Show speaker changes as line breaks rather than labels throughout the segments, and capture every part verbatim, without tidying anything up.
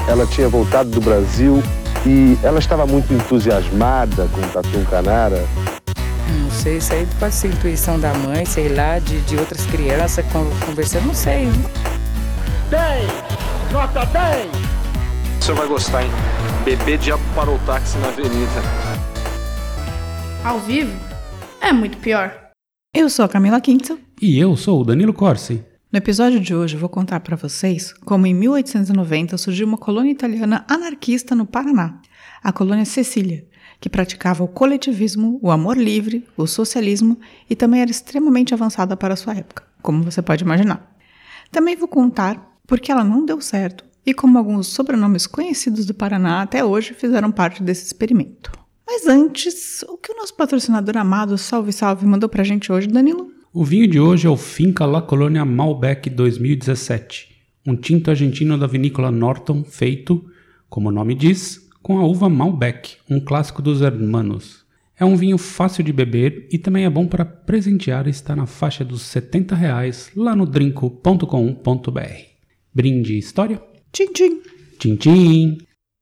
ela tinha voltado do Brasil e ela estava muito entusiasmada com o Tatu Canara.
Não sei, isso aí pode ser intuição da mãe, sei lá, de, de outras crianças conversando, não sei.
dez! Nota dez!
O senhor vai gostar, hein? Bebê diabo parou o táxi na avenida.
Ao vivo é muito pior.
Eu sou a Camila Quinto.
E eu sou o Danilo Corsi.
No episódio de hoje eu vou contar para vocês como em mil oitocentos e noventa surgiu uma colônia italiana anarquista no Paraná, a colônia Cecília, que praticava o coletivismo, o amor livre, o socialismo e também era extremamente avançada para a sua época, como você pode imaginar. Também vou contar por que ela não deu certo e como alguns sobrenomes conhecidos do Paraná até hoje fizeram parte desse experimento. Mas antes, o que o nosso patrocinador amado Salve Salve mandou pra gente hoje, Danilo?
O vinho de hoje é o Finca La Colônia Malbec dois mil e dezessete, um tinto argentino da vinícola Norton feito, como o nome diz, com a uva Malbec, um clássico dos hermanos. É um vinho fácil de beber e também é bom para presentear e está na faixa dos setenta reais lá no drinco ponto com ponto b r. Brinde história?
Tchim, tchim.
Tchim, tchim.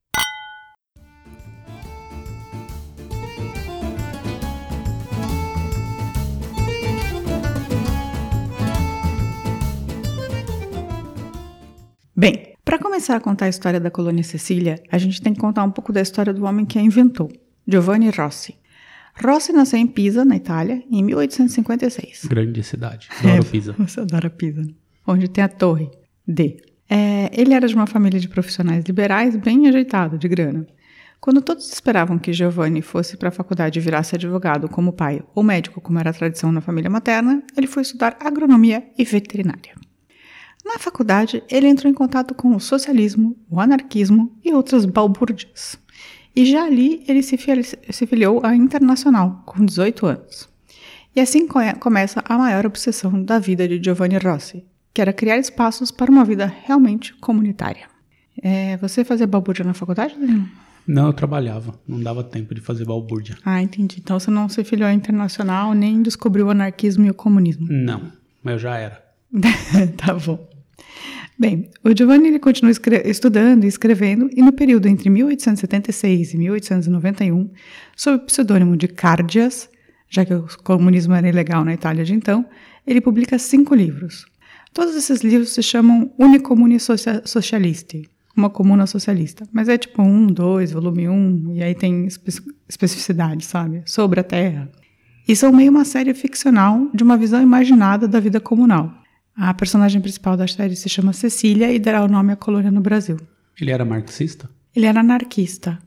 Bem, para começar a contar a história da colônia Cecília, a gente tem que contar um pouco da história do homem que a inventou, Giovanni Rossi. Rossi nasceu em Pisa, na Itália, em mil oitocentos e cinquenta e seis.
Grande cidade, adoro
é,
Pisa.
Você adora Pisa, onde tem a torre D. É, ele era de uma família de profissionais liberais bem ajeitado, de grana. Quando todos esperavam que Giovanni fosse para a faculdade e virasse advogado como pai ou médico, como era a tradição na família materna, ele foi estudar agronomia e veterinária. Na faculdade, ele entrou em contato com o socialismo, o anarquismo e outras balbúrdias. E já ali, ele se, fili- se filiou à Internacional, com dezoito anos. E assim co- começa a maior obsessão da vida de Giovanni Rossi, que era criar espaços para uma vida realmente comunitária. É, você fazia balbúrdia na faculdade, Danilo?
Não, eu trabalhava, não dava tempo de fazer balbúrdia.
Ah, entendi. Então você não se filiou à Internacional, nem descobriu o anarquismo e o comunismo.
Não, mas eu já era.
Tá bom. Bem, o Giovanni ele continua escre- estudando e escrevendo, e no período entre mil oitocentos e setenta e seis e mil oitocentos e noventa e um, sob o pseudônimo de Cardias, já que o comunismo era ilegal na Itália de então, ele publica cinco livros. Todos esses livros se chamam Unicomune Socia- Socialisti, uma comuna socialista, mas é tipo um, dois, volume um, e aí tem espe- especificidade, sabe, sobre a terra. E são meio uma série ficcional de uma visão imaginada da vida comunal. A personagem principal da série se chama Cecília e dará o nome à colônia no Brasil.
Ele era marxista?
Ele era anarquista,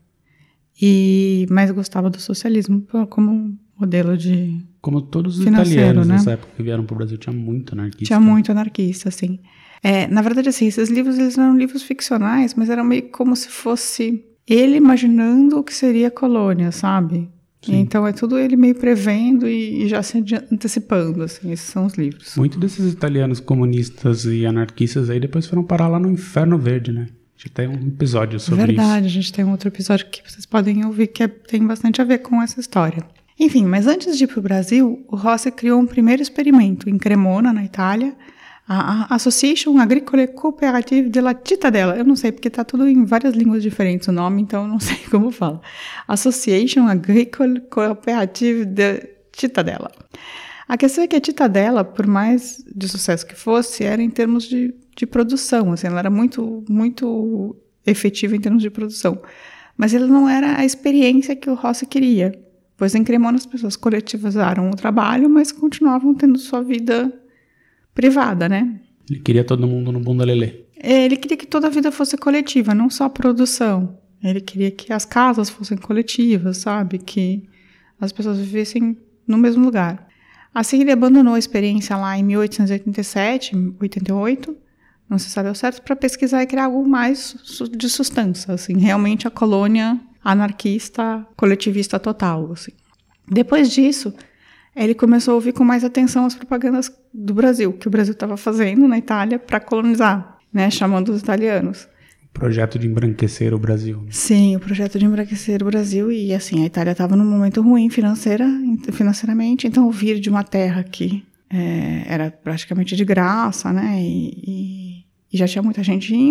e mas gostava do socialismo como modelo de
Como todos os
financeiro,
italianos
né?
nessa época que vieram para o Brasil, tinha muito anarquista.
Tinha muito anarquista, sim. É, na verdade, assim, esses livros eles eram livros ficcionais, mas eram meio como se fosse ele imaginando o que seria a colônia, sabe?
Sim.
Então é tudo ele meio prevendo e, e já se adi- antecipando, assim, esses são os livros.
Muitos desses italianos comunistas e anarquistas aí depois foram parar lá no Inferno Verde, né? A gente tem um episódio sobre
Verdade,
isso.
a gente tem um outro episódio que vocês podem ouvir que é, tem bastante a ver com essa história. Enfim, mas antes de ir para o Brasil, o Rossi criou um primeiro experimento em Cremona, na Itália, a, a Association Agricole Cooperative della Cittadella. Eu não sei, porque está tudo em várias línguas diferentes o nome, então eu não sei como fala. Association Agricole Cooperative de Cittadella. A questão é que a Cittadella, por mais de sucesso que fosse, era em termos de, de produção, assim, ela era muito, muito efetiva em termos de produção. Mas ela não era a experiência que o Rossi queria, pois em Cremona as pessoas coletivizaram o trabalho, mas continuavam tendo sua vida privada, né?
Ele queria todo mundo no bunda lelê.
Ele queria que toda a vida fosse coletiva, não só a produção. Ele queria que as casas fossem coletivas, sabe? Que as pessoas vivessem no mesmo lugar. Assim, ele abandonou a experiência lá em mil oitocentos e oitenta e sete, oitenta e oito, não se sabe ao certo, para pesquisar e criar algo mais de substância, assim, realmente a colônia anarquista, coletivista total, assim. Depois disso, ele começou a ouvir com mais atenção as propagandas do Brasil, que o Brasil estava fazendo na Itália para colonizar, né, chamando os italianos.
O projeto de embranquecer o Brasil.
Sim, o projeto de embranquecer o Brasil, e assim, a Itália estava num momento ruim financeira, financeiramente, então ouvir de uma terra que é, era praticamente de graça, né, e, e, e já tinha muita gente indo,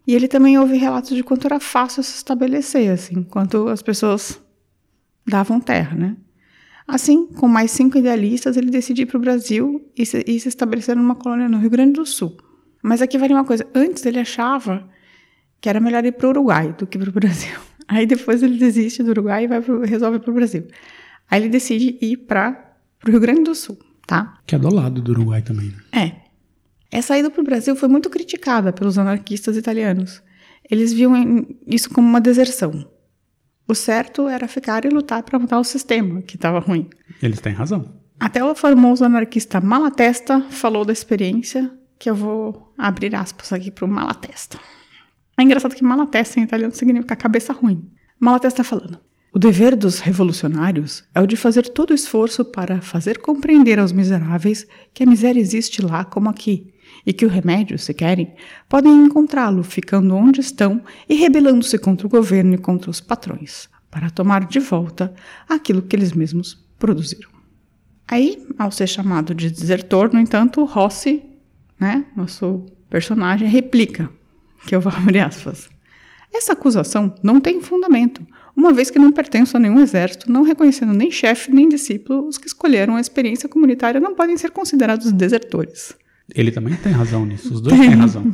E ele também ouve relatos de quanto era fácil se estabelecer, assim, quanto as pessoas davam terra, né? Assim, com mais cinco idealistas, ele decide ir para o Brasil e se, e se estabelecer numa colônia no Rio Grande do Sul. Mas aqui vale uma coisa, antes ele achava que era melhor ir para o Uruguai do que para o Brasil. Aí depois ele desiste do Uruguai e vai pro, resolve ir para o Brasil. Aí ele decide ir para o Rio Grande do Sul, tá?
Que é do lado do Uruguai também, né?
É. Essa ida para o Brasil foi muito criticada pelos anarquistas italianos. Eles viam isso como uma deserção. O certo era ficar e lutar para mudar o sistema, que estava ruim.
Eles têm razão.
Até o famoso anarquista Malatesta falou da experiência, que eu vou abrir aspas aqui para o Malatesta. É engraçado que Malatesta em italiano significa cabeça ruim. Malatesta falando: o dever dos revolucionários é o de fazer todo o esforço para fazer compreender aos miseráveis que a miséria existe lá como aqui, e que o remédio, se querem, podem encontrá-lo ficando onde estão e rebelando-se contra o governo e contra os patrões, para tomar de volta aquilo que eles mesmos produziram. Aí, ao ser chamado de desertor, no entanto, Rossi, né, nosso personagem, replica, que eu vou abrir aspas: essa acusação não tem fundamento, uma vez que não pertenço a nenhum exército, não reconhecendo nem chefe nem discípulo, os que escolheram a experiência comunitária não podem ser considerados desertores.
Ele também tem razão nisso, os dois têm razão.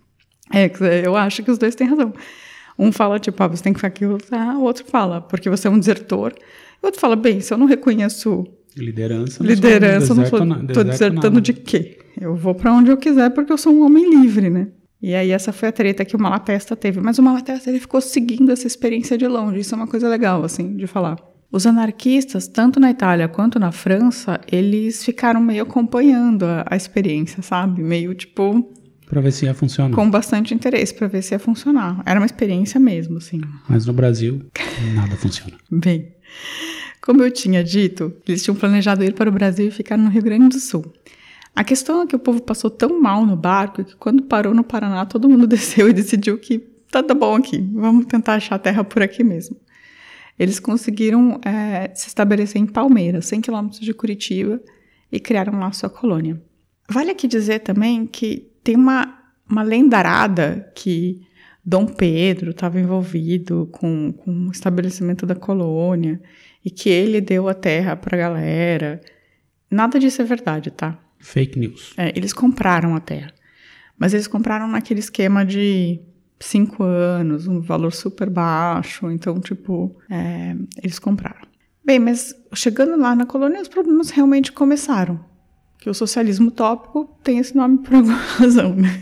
É, eu acho que os dois têm razão. Um fala, tipo, ah, você tem que fazer aquilo, tá? O outro fala, porque você é um desertor. O outro fala, bem, se eu não reconheço
liderança, não
liderança,
sou,
não sou,
deserto,
tô desertando
nada.
De quê? Eu vou pra onde eu quiser porque eu sou um homem livre, né? E aí essa foi a treta que o Malatesta teve. Mas o Malatesta, ele ficou seguindo essa experiência de longe. Isso é uma coisa legal, assim, de falar. Os anarquistas, tanto na Itália quanto na França, eles ficaram meio acompanhando a, a experiência, sabe? Meio, tipo...
Pra ver se ia funcionar.
Com bastante interesse, pra ver se ia funcionar. Era uma experiência mesmo, assim.
Mas no Brasil, nada funciona.
Bem, como eu tinha dito, eles tinham planejado ir para o Brasil e ficar no Rio Grande do Sul. A questão é que o povo passou tão mal no barco que quando parou no Paraná, todo mundo desceu e decidiu que tá, tá bom aqui, vamos tentar achar terra por aqui mesmo. Eles conseguiram é, se estabelecer em Palmeiras, cem quilômetros de Curitiba, e criaram lá sua colônia. Vale aqui dizer também que tem uma, uma lendarada que Dom Pedro estava envolvido com, com o estabelecimento da colônia e que ele deu a terra para a galera. Nada disso é verdade, tá?
Fake news.
É, eles compraram a terra, mas eles compraram naquele esquema de cinco anos, um valor super baixo, então, tipo, é, eles compraram. Bem, mas chegando lá na colônia, os problemas realmente começaram, que o socialismo utópico tem esse nome por alguma razão, né?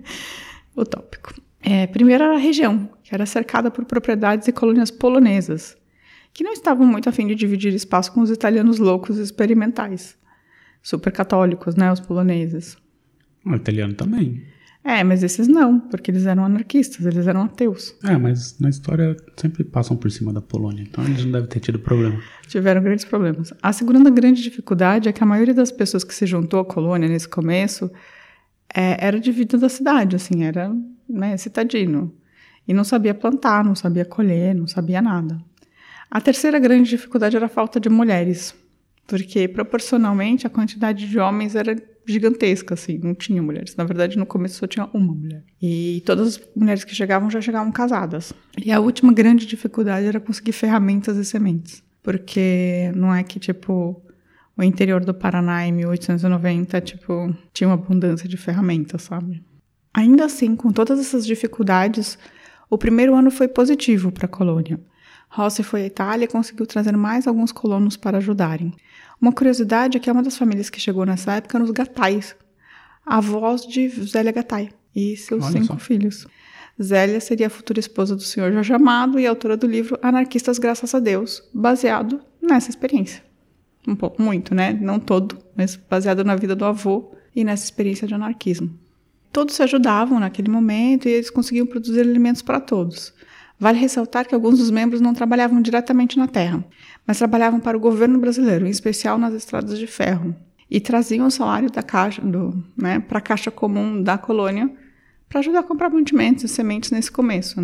Utópico. É, primeiro era a região, que era cercada por propriedades e colônias polonesas, que não estavam muito a fim de dividir espaço com os italianos loucos e experimentais. Super católicos, né, os poloneses.
O italiano também.
É, mas esses não, porque eles eram anarquistas, eles eram ateus.
É, mas na história sempre passam por cima da Polônia, então eles não devem ter tido problema.
Tiveram grandes problemas. A segunda grande dificuldade é que a maioria das pessoas que se juntou à colônia nesse começo é, era de vida da cidade, assim, era, né, citadino. E não sabia plantar, não sabia colher, não sabia nada. A terceira grande dificuldade era a falta de mulheres, porque proporcionalmente a quantidade de homens era gigantesca, assim, não tinha mulheres. Na verdade, no começo só tinha uma mulher. E todas as mulheres que chegavam já chegavam casadas. E a última grande dificuldade era conseguir ferramentas e sementes. Porque não é que, tipo, o interior do Paraná em mil oitocentos e noventa, tipo, tinha uma abundância de ferramentas, sabe? Ainda assim, com todas essas dificuldades, o primeiro ano foi positivo para a colônia. Rossi foi à Itália e conseguiu trazer mais alguns colonos para ajudarem. Uma curiosidade é que é uma das famílias que chegou nessa época eram os Gattais, avós de Zélia Gattai e seus
Olha
cinco
só.
filhos. Zélia seria a futura esposa do senhor Jorge Amado e autora do livro Anarquistas Graças a Deus, baseado nessa experiência. Um pouco, muito, né? Não todo, mas baseado na vida do avô e nessa experiência de anarquismo. Todos se ajudavam naquele momento e eles conseguiam produzir alimentos para todos. Vale ressaltar que alguns dos membros não trabalhavam diretamente na terra, mas trabalhavam para o governo brasileiro, em especial nas estradas de ferro, e traziam o salário da caixa, do, né, para a caixa comum da colônia para ajudar a comprar mantimentos e sementes nesse começo, né?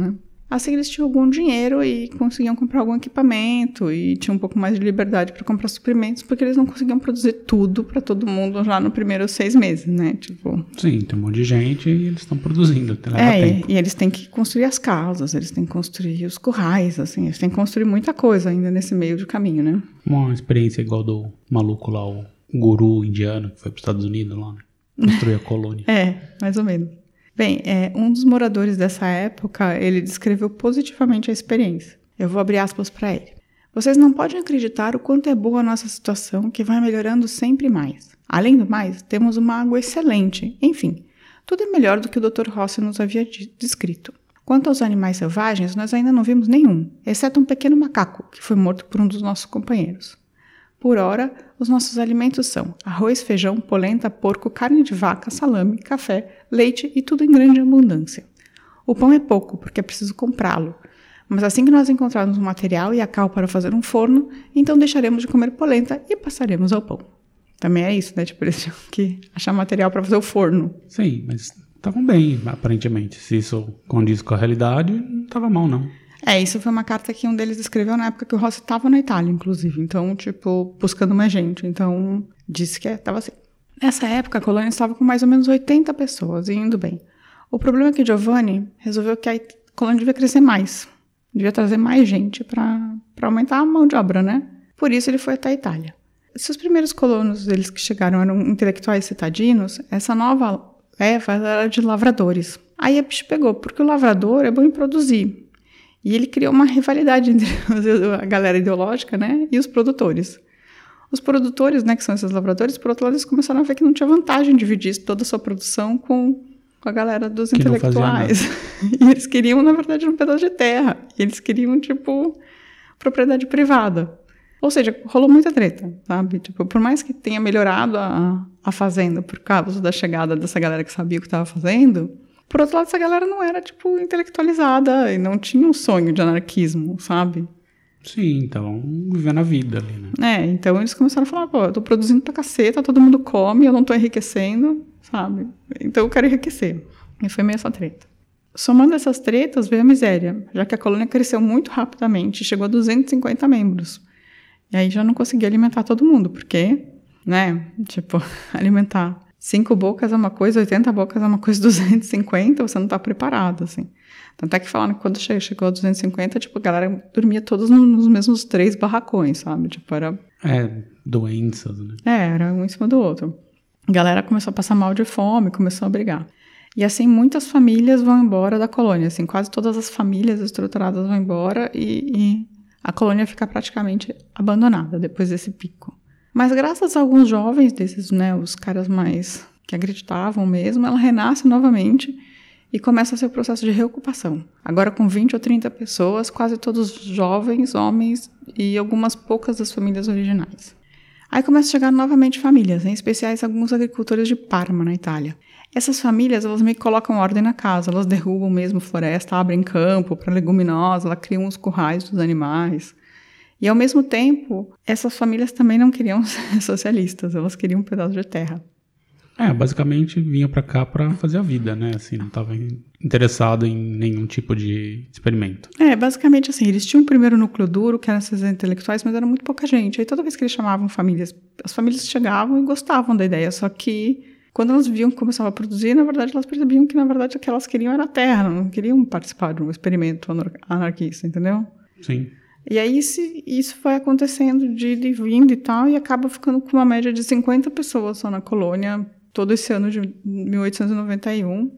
Assim eles tinham algum dinheiro e conseguiam comprar algum equipamento e tinham um pouco mais de liberdade para comprar suprimentos, porque eles não conseguiam produzir tudo para todo mundo já no primeiro seis meses, né? Tipo...
Sim, tem um monte de gente e eles estão produzindo, leva
é,
tempo.
E, e eles têm que construir as casas, eles têm que construir os currais, assim, eles têm que construir muita coisa ainda nesse meio de caminho, né?
Uma experiência igual do maluco lá, o guru indiano que foi para os Estados Unidos lá, né? Construir a colônia.
É, mais ou menos. Bem, é, um dos moradores dessa época, ele descreveu positivamente a experiência. Eu vou abrir aspas para ele. Vocês não podem acreditar o quanto é boa a nossa situação, que vai melhorando sempre mais. Além do mais, temos uma água excelente. Enfim, tudo é melhor do que o doutor Rossi nos havia descrito. Quanto aos animais selvagens, nós ainda não vimos nenhum, exceto um pequeno macaco, que foi morto por um dos nossos companheiros. Por ora, os nossos alimentos são arroz, feijão, polenta, porco, carne de vaca, salame, café, leite e tudo em grande abundância. O pão é pouco, porque é preciso comprá-lo. Mas assim que nós encontrarmos o material e a cal para fazer um forno, então deixaremos de comer polenta e passaremos ao pão. Também é isso, né? Tipo, eles tinham que achar material para fazer o forno.
Sim, mas estavam bem, aparentemente. Se isso condiz com a realidade, não estava mal, não.
É, isso foi uma carta que um deles escreveu na época que o Rossi estava na Itália, inclusive. Então, tipo, buscando mais gente. Então, disse que estava assim. Nessa época, a colônia estava com mais ou menos oitenta pessoas e indo bem. O problema é que Giovanni resolveu que a colônia devia crescer mais. Devia trazer mais gente para aumentar a mão de obra, né? Por isso, ele foi até a Itália. Se os primeiros colonos deles que chegaram eram intelectuais citadinos, essa nova leva era de lavradores. Aí a bicho pegou, porque o lavrador é bom em produzir. E ele criou uma rivalidade entre a galera ideológica, né, e os produtores. Os produtores, né, que são esses lavradores, por outro lado, eles começaram a ver que não tinha vantagem dividir toda a sua produção com, com a galera dos que intelectuais. E eles queriam, na verdade, um pedaço de terra. E eles queriam, tipo, propriedade privada. Ou seja, rolou muita treta, sabe? Tipo, por mais que tenha melhorado a, a fazenda por causa da chegada dessa galera que sabia o que estava fazendo... Por outro lado, essa galera não era, tipo, intelectualizada e não tinha um sonho de anarquismo, sabe?
Sim, então, vivendo a vida ali, né?
É, então eles começaram a falar, pô, eu tô produzindo pra caceta, todo mundo come, eu não tô enriquecendo, sabe? Então eu quero enriquecer. E foi meio essa treta. Somando essas tretas, veio a miséria, já que a colônia cresceu muito rapidamente, chegou a duzentos e cinquenta membros. E aí já não conseguia alimentar todo mundo, porque, né, tipo, alimentar... Cinco bocas é uma coisa, oitenta bocas é uma coisa, duzentos e cinquenta, você não tá preparado, assim. Tanto é que falaram que quando chegou a duzentos e cinquenta, tipo, a galera dormia todos nos mesmos três barracões, sabe? Tipo, era...
É, doenças, né?
É, era um em cima do outro. A galera começou a passar mal de fome, começou a brigar. E assim, muitas famílias vão embora da colônia, assim, quase todas as famílias estruturadas vão embora e, e a colônia fica praticamente abandonada depois desse pico. Mas graças a alguns jovens desses, né, os caras mais que acreditavam mesmo, ela renasce novamente e começa a ser o processo de reocupação. Agora com vinte ou trinta pessoas, quase todos jovens, homens e algumas poucas das famílias originais. Aí começam a chegar novamente famílias, em especiais alguns agricultores de Parma, na Itália. Essas famílias, elas meio que colocam ordem na casa, elas derrubam mesmo floresta, abrem campo para leguminosa, elas criam os currais dos animais. E, ao mesmo tempo, essas famílias também não queriam ser socialistas, elas queriam um pedaço de terra.
É, basicamente vinha pra cá pra fazer a vida, né? Assim, não tava interessado em nenhum tipo de experimento.
É, basicamente assim, eles tinham um primeiro núcleo duro, que eram esses intelectuais, mas era muito pouca gente. Aí toda vez que eles chamavam famílias, as famílias chegavam e gostavam da ideia, só que quando elas viam que começava a produzir, na verdade, elas percebiam que, na verdade, o que elas queriam era terra, não queriam participar de um experimento anarquista, entendeu?
Sim.
E aí isso foi acontecendo de ir e vindo e tal, e acaba ficando com uma média de cinquenta pessoas só na colônia, todo esse ano de mil oitocentos e noventa e um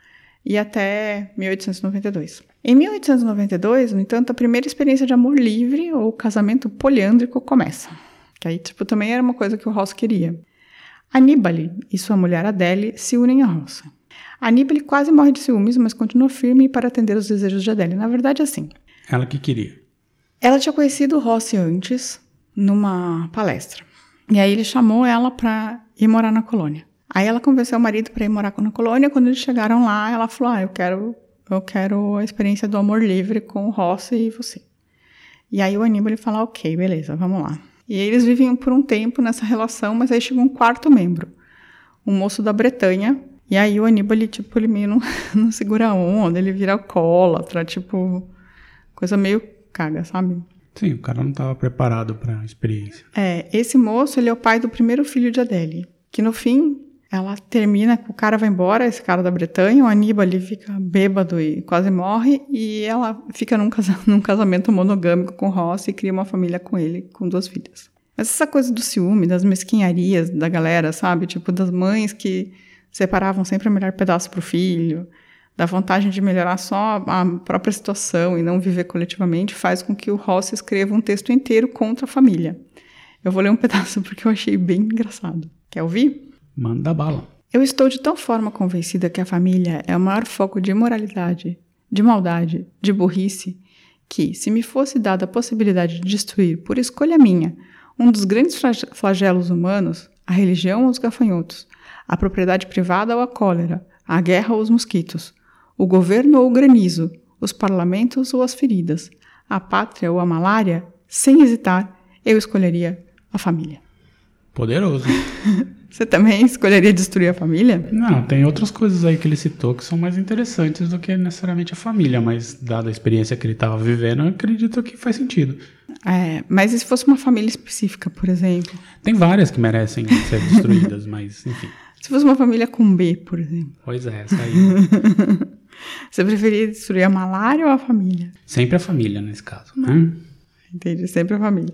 e até mil oitocentos e noventa e dois. Em mil oitocentos e noventa e dois, no entanto, a primeira experiência de amor livre, ou casamento poliândrico, começa. Que aí, tipo, também era uma coisa que o Rossi queria. Aníbale e sua mulher Adele se unem a Rossi. Aníbale quase morre de ciúmes, mas continua firme para atender os desejos de Adele. Na verdade, assim...
Ela que queria.
Ela tinha conhecido o Rossi antes, numa palestra. E aí ele chamou ela para ir morar na colônia. Aí ela convenceu o marido para ir morar na colônia. Quando eles chegaram lá, ela falou, ah, eu quero, eu quero a experiência do amor livre com o Rossi e você. E aí o Aníbal falou, ok, beleza, vamos lá. E eles vivem por um tempo nessa relação, mas aí chegou um quarto membro, um moço da Bretanha, E aí o Aníbal, ele, tipo, ele meio não, não segura a onda, ele vira alcoólatra, tipo, coisa meio caga, sabe?
Sim, o cara não estava preparado para a experiência.
É, esse moço, ele é o pai do primeiro filho de Adele, que no fim, ela termina, o cara vai embora, esse cara da Bretanha, o Aníbal, ele fica bêbado e quase morre, e ela fica num, casa, num casamento monogâmico com o Ross e cria uma família com ele, com duas filhas. Mas essa coisa do ciúme, das mesquinharias da galera, sabe? Tipo, das mães que separavam sempre o melhor pedaço pro filho, da vontade de melhorar só a própria situação e não viver coletivamente, faz com que o Ross escreva um texto inteiro contra a família. Eu vou ler um pedaço porque eu achei bem engraçado. Quer ouvir?
Manda bala.
Eu estou de tal forma convencida que a família é o maior foco de imoralidade, de maldade, de burrice, que, se me fosse dada a possibilidade de destruir, por escolha minha, um dos grandes flagelos humanos, a religião ou os gafanhotos, a propriedade privada ou a cólera, a guerra ou os mosquitos, o governo ou o granizo, os parlamentos ou as feridas, a pátria ou a malária, sem hesitar, eu escolheria a família.
Poderoso.
Você também escolheria destruir a família?
Não, tem outras coisas aí que ele citou que são mais interessantes do que necessariamente a família, mas dada a experiência que ele estava vivendo, eu acredito que faz sentido.
É, mas e se fosse uma família específica, por exemplo?
Tem várias que merecem ser destruídas, mas enfim.
Se fosse uma família com B, por exemplo.
Pois é, essa aí.
Você preferia destruir a malária ou a família?
Sempre a família, nesse caso, né?
Entendi, sempre a família.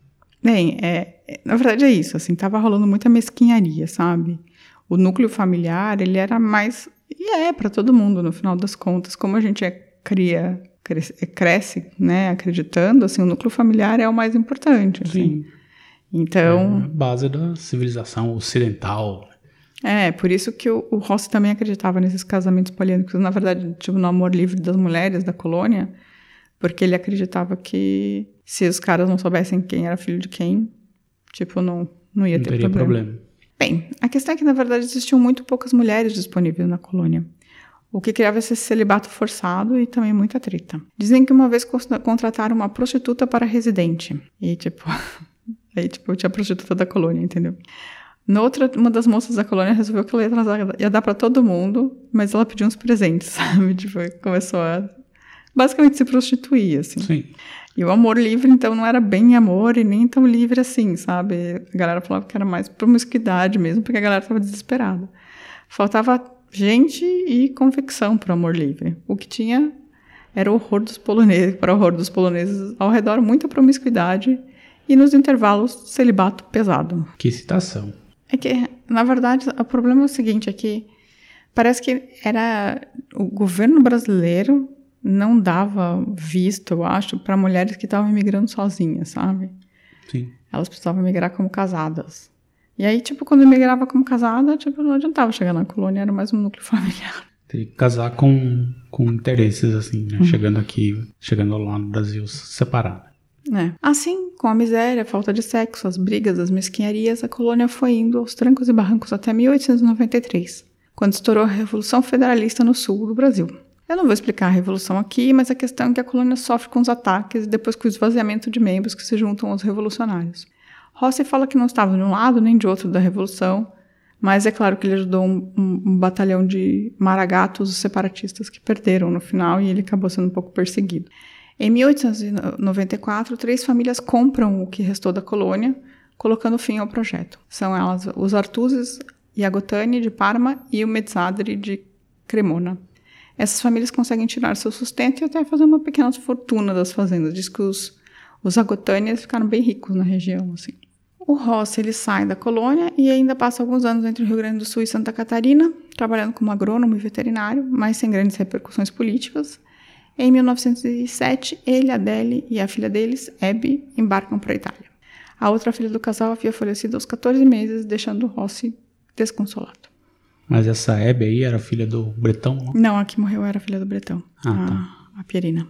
Bem, é, é, na verdade é isso, assim, tava rolando muita mesquinharia, sabe? O núcleo familiar, ele era mais... E é para todo mundo, no final das contas. Como a gente é, cria, cresce, cresce, né, acreditando, assim, o núcleo familiar é o mais importante, assim. Sim. Então...
É a base da civilização ocidental.
É, por isso que o, o Ross também acreditava nesses casamentos poliândricos, na verdade, tipo, no amor livre das mulheres da colônia, porque ele acreditava que se os caras não soubessem quem era filho de quem, tipo, não, não ia
não
ter
teria
problema.
problema.
Bem, a questão é que, na verdade, existiam muito poucas mulheres disponíveis na colônia, o que criava esse celibato forçado e também muita treta. Dizem que uma vez contrataram uma prostituta para residente, e, tipo, aí, tipo, tinha a prostituta da colônia, entendeu? Noutra, uma das moças da colônia resolveu que ela ia, transar, ia dar pra todo mundo, mas ela pediu uns presentes, sabe? Tipo, começou a basicamente se prostituir, assim.
Sim.
E o amor livre, então, não era bem amor e nem tão livre assim, sabe? A galera falava que era mais promiscuidade mesmo, porque a galera estava desesperada. Faltava gente e convicção pro amor livre. O que tinha era o horror dos poloneses, para o horror dos poloneses ao redor, muita promiscuidade e nos intervalos, celibato pesado.
Que citação.
É que, na verdade, o problema é o seguinte, é que parece que era o governo brasileiro não dava visto, eu acho, para mulheres que estavam imigrando sozinhas, sabe?
Sim.
Elas precisavam migrar como casadas. E aí, tipo, quando migrava como casada, tipo, não adiantava chegar na colônia, era mais um núcleo familiar.
Teria que casar com, com interesses, assim, né? Uhum. Chegando aqui, chegando lá no Brasil, separado.
É. Assim, com a miséria, a falta de sexo, as brigas, as mesquinharias, a colônia foi indo aos trancos e barrancos até mil oitocentos e noventa e três, quando estourou a Revolução Federalista no sul do Brasil. Eu não vou explicar a Revolução aqui, mas a questão é que a colônia sofre com os ataques e depois com o esvaziamento de membros que se juntam aos revolucionários. Rossi fala que não estava de um lado nem de outro da Revolução, mas é claro que ele ajudou um, um, um batalhão de maragatos separatistas que perderam no final e ele acabou sendo um pouco perseguido. Em mil oitocentos e noventa e quatro, três famílias compram o que restou da colônia, colocando fim ao projeto. São elas os Artuses e Agotani de Parma e o Mezzadri de Cremona. Essas famílias conseguem tirar seu sustento e até fazer uma pequena fortuna das fazendas. Diz que os, os Agotani ficaram bem ricos na região, assim. O Ross, ele sai da colônia e ainda passa alguns anos entre o Rio Grande do Sul e Santa Catarina, trabalhando como agrônomo e veterinário, mas sem grandes repercussões políticas. Em mil novecentos e sete, ele, Adele e a filha deles, Abby, embarcam para a Itália. A outra filha do casal havia falecido aos catorze meses, deixando o Rossi desconsolado.
Mas essa Abby aí era filha do Bretão? Não,
não a que morreu era filha do Bretão,
ah,
a,
tá.
a Pierina.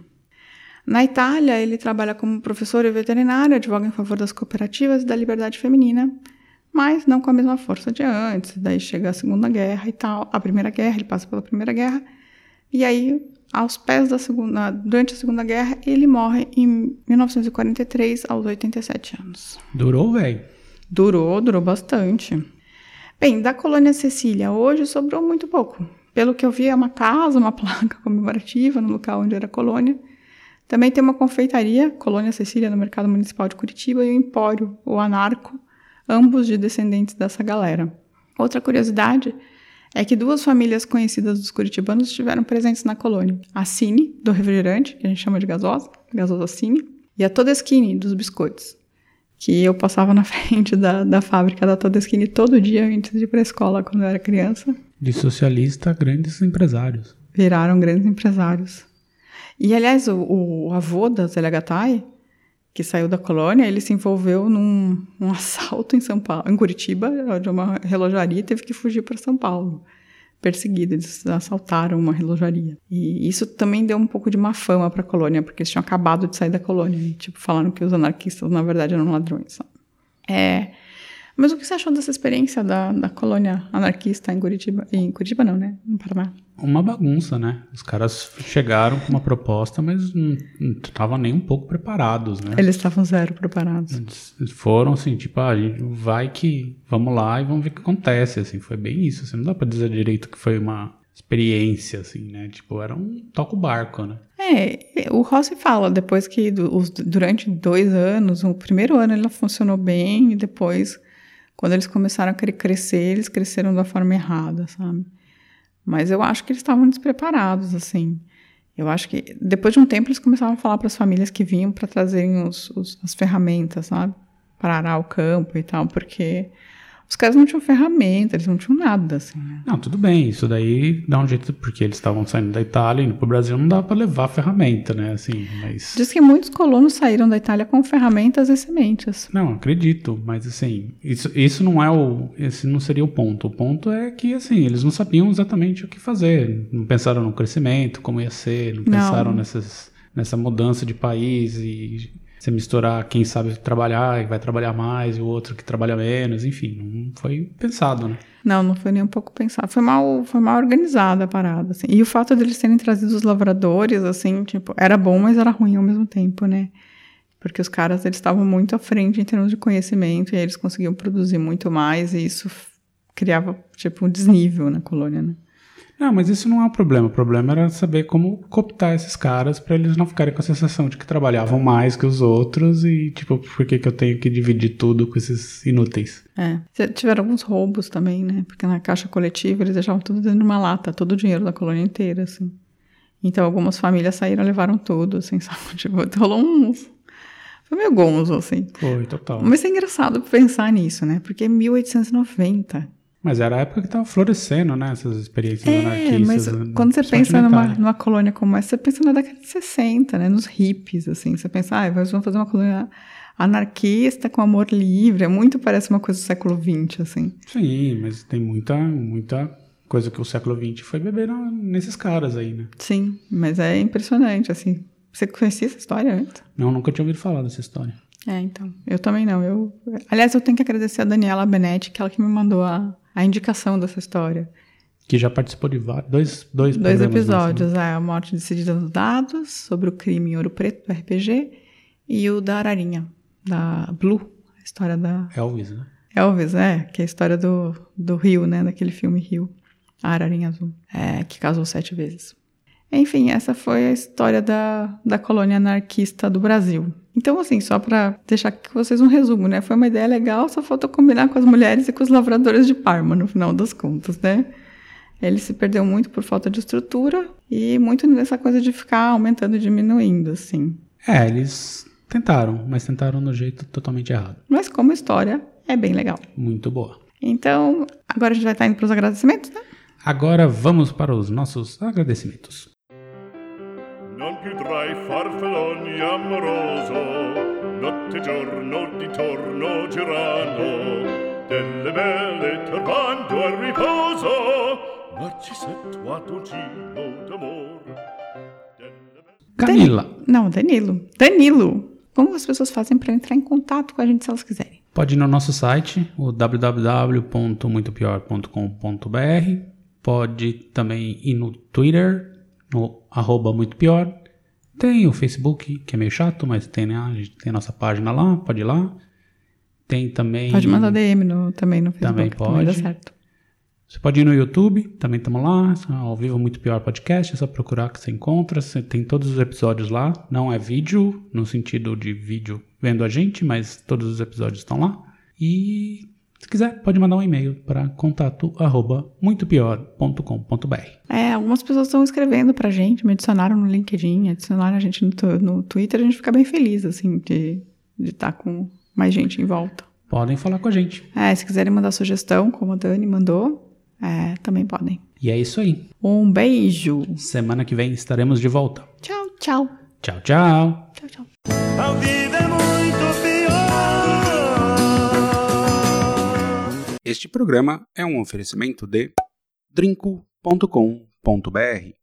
Na Itália, ele trabalha como professor e veterinário, advoga em favor das cooperativas e da liberdade feminina, mas não com a mesma força de antes. Daí chega a Segunda Guerra e tal, a Primeira Guerra, ele passa pela Primeira Guerra, e aí, aos pés da segunda, durante a Segunda Guerra, ele morre em mil novecentos e quarenta e três, aos oitenta e sete anos.
Durou, velho?
Durou, durou bastante. Bem, da colônia Cecília, hoje sobrou muito pouco. Pelo que eu vi, é uma casa, uma placa comemorativa no local onde era a colônia. Também tem uma confeitaria, Colônia Cecília, no Mercado Municipal de Curitiba, e o Empório, o Anarco, ambos de descendentes dessa galera. Outra curiosidade é que duas famílias conhecidas dos curitibanos estiveram presentes na colônia. A Cine, do refrigerante, que a gente chama de gasosa, gasosa Cine, e a Todeschini, dos biscoitos, que eu passava na frente da, da fábrica da Todeschini todo dia antes de ir para a escola, quando eu era criança.
De socialista a grandes empresários.
Viraram grandes empresários. E, aliás, o, o avô da Zélia Gattai, que saiu da colônia, ele se envolveu num um assalto em São Paulo, em Curitiba, de uma relojaria, e teve que fugir para São Paulo, perseguido. Eles assaltaram uma relojaria. E isso também deu um pouco de má fama para a colônia, porque eles tinham acabado de sair da colônia. E, tipo, falaram que os anarquistas, na verdade, eram ladrões. Sabe? É... Mas o que você achou dessa experiência da, da colônia anarquista em Curitiba? Em Curitiba não, né? No Paraná.
Uma bagunça, né? Os caras chegaram com uma proposta, mas não estavam nem um pouco preparados, né?
Eles estavam zero preparados.
Eles foram assim, tipo, ah, a gente vai que... Vamos lá e vamos ver o que acontece, assim. Foi bem isso, assim. Não dá pra dizer direito que foi uma experiência, assim, né? Tipo, era um toca-o-barco, né?
É, o Rossi fala depois que do, os, durante dois anos, o primeiro ano ela funcionou bem e depois... Quando eles começaram a crescer, eles cresceram da forma errada, sabe? Mas eu acho que eles estavam despreparados, assim. Eu acho que depois de um tempo eles começavam a falar para as famílias que vinham para trazerem os, os, as ferramentas, sabe? Para arar o campo e tal, porque os caras não tinham ferramenta, eles não tinham nada, assim. Né?
Não, tudo bem, isso daí dá um jeito, porque eles estavam saindo da Itália e indo pro Brasil, não dá para levar ferramenta, né, assim, mas...
Diz que muitos colonos saíram da Itália com ferramentas e sementes.
Não, acredito, mas assim, isso, isso não é o... Esse não seria o ponto. O ponto é que, assim, eles não sabiam exatamente o que fazer, não pensaram no crescimento, como ia ser, não pensaram não. Nessas, nessa mudança de país e... Você misturar quem sabe trabalhar e vai trabalhar mais e o outro que trabalha menos, enfim, não foi pensado, né?
Não, não foi nem um pouco pensado. Foi mal, foi mal organizada a parada, assim. E o fato deles terem trazido os lavradores, assim, tipo, era bom, mas era ruim ao mesmo tempo, né? Porque os caras, eles estavam muito à frente em termos de conhecimento e aí eles conseguiam produzir muito mais e isso criava, tipo, um desnível na colônia, né?
Não, mas isso não é o problema. O problema era saber como cooptar esses caras para eles não ficarem com a sensação de que trabalhavam mais que os outros e, tipo, por que que eu tenho que dividir tudo com esses inúteis?
É. Tiveram alguns roubos também, né? Porque na caixa coletiva eles deixavam tudo dentro de uma lata, todo o dinheiro da colônia inteira, assim. Então algumas famílias saíram e levaram tudo, assim, sabe? Tipo, rolou uns... Foi meio gonzo, assim.
Foi, total.
Mas é engraçado pensar nisso, né? Porque é mil oitocentos e noventa...
Mas era a época que estava florescendo, né? Essas experiências é, anarquistas.
Mas quando você pensa numa, numa colônia como essa, você pensa na década de sessenta, né? Nos hippies, assim. Você pensa, ah, vamos fazer uma colônia anarquista com amor livre. É muito, parece uma coisa do século vinte, assim.
Sim, mas tem muita, muita coisa que o século vinte foi beber nesses caras aí, né?
Sim, mas é impressionante, assim. Você conhecia essa história antes?
Não, nunca tinha ouvido falar dessa história.
É, então. Eu também não. Eu... Aliás, eu tenho que agradecer a Daniela Benetti, que ela que me mandou a... a indicação dessa história.
Que já participou de dois, dois,
dois episódios. Desse, né? É, a Morte Decidida nos Dados, sobre o crime em Ouro Preto, do R P G, e o da Ararinha, da Blue, a história da...
Elvis, né?
Elvis, é, que é a história do, do Rio, né, daquele filme Rio, a Ararinha Azul, é, que casou sete vezes. Enfim, essa foi a história da, da colônia anarquista do Brasil. Então, assim, só para deixar aqui com vocês um resumo, né? Foi uma ideia legal, só faltou combinar com as mulheres e com os lavradores de Parma, no final das contas, né? Ele se perdeu muito por falta de estrutura e muito nessa coisa de ficar aumentando e diminuindo, assim.
É, eles tentaram, mas tentaram no jeito totalmente errado.
Mas como história, é bem legal.
Muito boa.
Então, agora a gente vai estar indo para os agradecimentos, né?
Agora vamos para os nossos agradecimentos.
Non più tra i farfalloni amoroso, notte e giorno di torno girano, delle belle turbando al riposo, Narcisetto Adolgino d'amor.
Camila.
Dan... Não, Danilo. Danilo. Como as pessoas fazem para entrar em contato com a gente se elas quiserem?
Pode ir no nosso site, o w w w ponto muito pior ponto com ponto b r. Pode também ir no Twitter, no arroba muito pior. Tem o Facebook, que é meio chato, mas tem, né? A gente tem a nossa página lá, pode ir lá. Tem também...
Pode mandar D M no, também no Facebook.
Também pode.
Também dá certo.
Você pode ir no YouTube, também estamos lá, Ao Vivo Muito Pior Podcast, é só procurar que você encontra, você tem todos os episódios lá, não é vídeo, no sentido de vídeo vendo a gente, mas todos os episódios estão lá. E se quiser, pode mandar um e-mail para contato arroba muito pior ponto com ponto b r.
É, algumas pessoas estão escrevendo pra gente, me adicionaram no LinkedIn, adicionaram a gente no, no Twitter, a gente fica bem feliz, assim, de estar com mais gente em volta.
Podem falar com a gente.
É, se quiserem mandar sugestão, como a Dani mandou, é, também podem.
E é isso aí.
Um beijo.
Semana que vem estaremos de volta.
Tchau, tchau.
Tchau, tchau.
Tchau, tchau.
Ao vivo é muito pior.
Este programa é um oferecimento de drinco ponto com ponto b r.